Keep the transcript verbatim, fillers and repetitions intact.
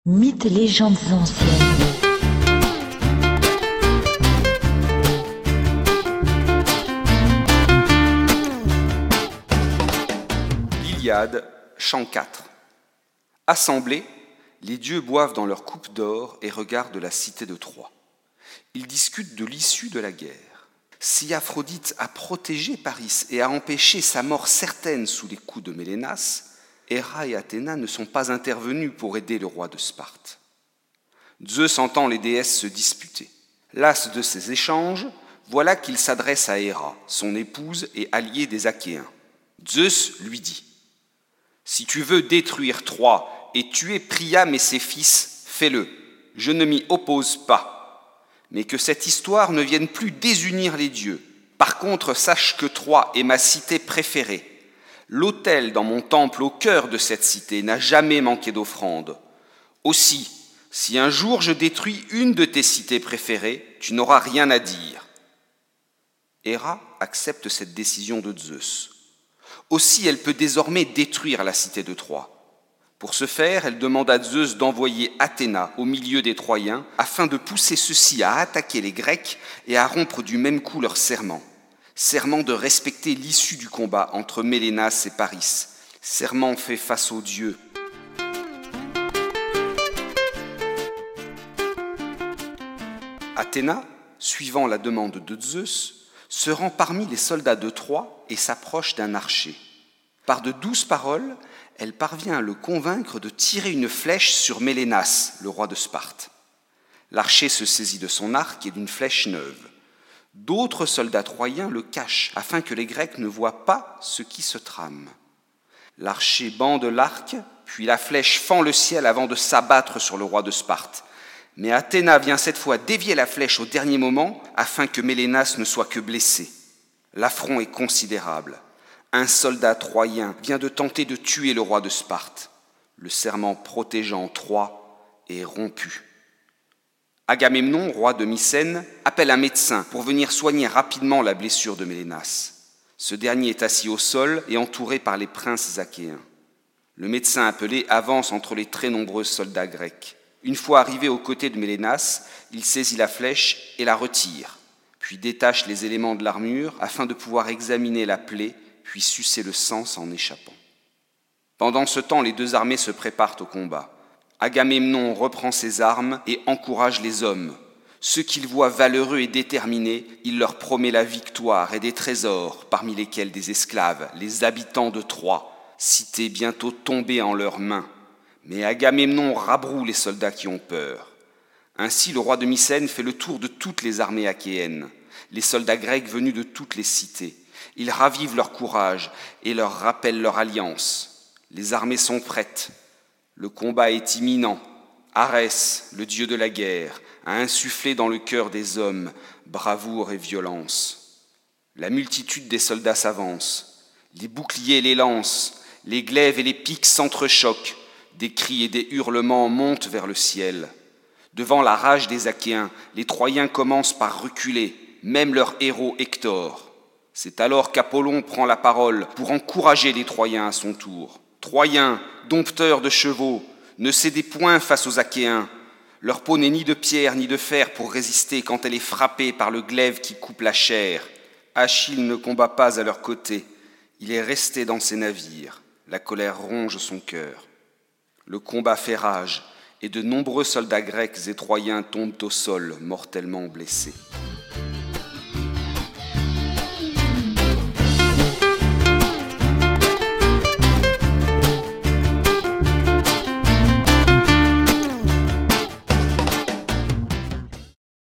Mythes et légendes anciennes. L'Iliade, chant quatre. Assemblés, les dieux boivent dans leur coupe d'or et regardent la cité de Troie. Ils discutent de l'issue de la guerre. Si Aphrodite a protégé Paris et a empêché sa mort certaine sous les coups de Mélénas, Héra et Athéna ne sont pas intervenus pour aider le roi de Sparte. Zeus entend les déesses se disputer. Las de ces échanges, voilà qu'il s'adresse à Héra, son épouse et alliée des Achéens. Zeus lui dit « Si tu veux détruire Troie et tuer Priam et ses fils, fais-le. Je ne m'y oppose pas. Mais que cette histoire ne vienne plus désunir les dieux. Par contre, sache que Troie est ma cité préférée. L'autel dans mon temple au cœur de cette cité n'a jamais manqué d'offrandes. Aussi, si un jour je détruis une de tes cités préférées, tu n'auras rien à dire. » Héra accepte cette décision de Zeus. Aussi, elle peut désormais détruire la cité de Troie. Pour ce faire, elle demande à Zeus d'envoyer Athéna au milieu des Troyens afin de pousser ceux-ci à attaquer les Grecs et à rompre du même coup leur serment. Serment de respecter l'issue du combat entre Mélénas et Paris. Serment fait face aux dieux. Athéna, suivant la demande de Zeus, se rend parmi les soldats de Troie et s'approche d'un archer. Par de douces paroles, elle parvient à le convaincre de tirer une flèche sur Mélénas, le roi de Sparte. L'archer se saisit de son arc et d'une flèche neuve. D'autres soldats troyens le cachent afin que les Grecs ne voient pas ce qui se trame. L'archer bande l'arc, puis la flèche fend le ciel avant de s'abattre sur le roi de Sparte. Mais Athéna vient cette fois dévier la flèche au dernier moment afin que Mélénas ne soit que blessé. L'affront est considérable. Un soldat troyen vient de tenter de tuer le roi de Sparte. Le serment protégeant Troie est rompu. Agamemnon, roi de Mycène, appelle un médecin pour venir soigner rapidement la blessure de Mélénas. Ce dernier est assis au sol et entouré par les princes achéens. Le médecin appelé avance entre les très nombreux soldats grecs. Une fois arrivé aux côtés de Mélénas, il saisit la flèche et la retire, puis détache les éléments de l'armure afin de pouvoir examiner la plaie, puis sucer le sang en échappant. Pendant ce temps, les deux armées se préparent au combat. Agamemnon reprend ses armes et encourage les hommes. Ceux qu'il voit valeureux et déterminés, il leur promet la victoire et des trésors, parmi lesquels des esclaves, les habitants de Troie, cité bientôt tombée en leurs mains. Mais Agamemnon rabroue les soldats qui ont peur. Ainsi, le roi de Mycène fait le tour de toutes les armées achéennes, les soldats grecs venus de toutes les cités. Ils ravivent leur courage et leur rappellent leur alliance. Les armées sont prêtes. Le combat est imminent. Arès, le dieu de la guerre, a insufflé dans le cœur des hommes bravoure et violence. La multitude des soldats s'avance. Les boucliers et les lances, les glaives et les piques s'entrechoquent. Des cris et des hurlements montent vers le ciel. Devant la rage des Achéens, les Troyens commencent par reculer, même leur héros Hector. C'est alors qu'Apollon prend la parole pour encourager les Troyens à son tour. Troyens, dompteurs de chevaux, ne cédez point face aux Achéens. Leur peau n'est ni de pierre ni de fer pour résister quand elle est frappée par le glaive qui coupe la chair. Achille ne combat pas à leur côté. Il est resté dans ses navires. La colère ronge son cœur. Le combat fait rage, et de nombreux soldats grecs et troyens tombent au sol, mortellement blessés.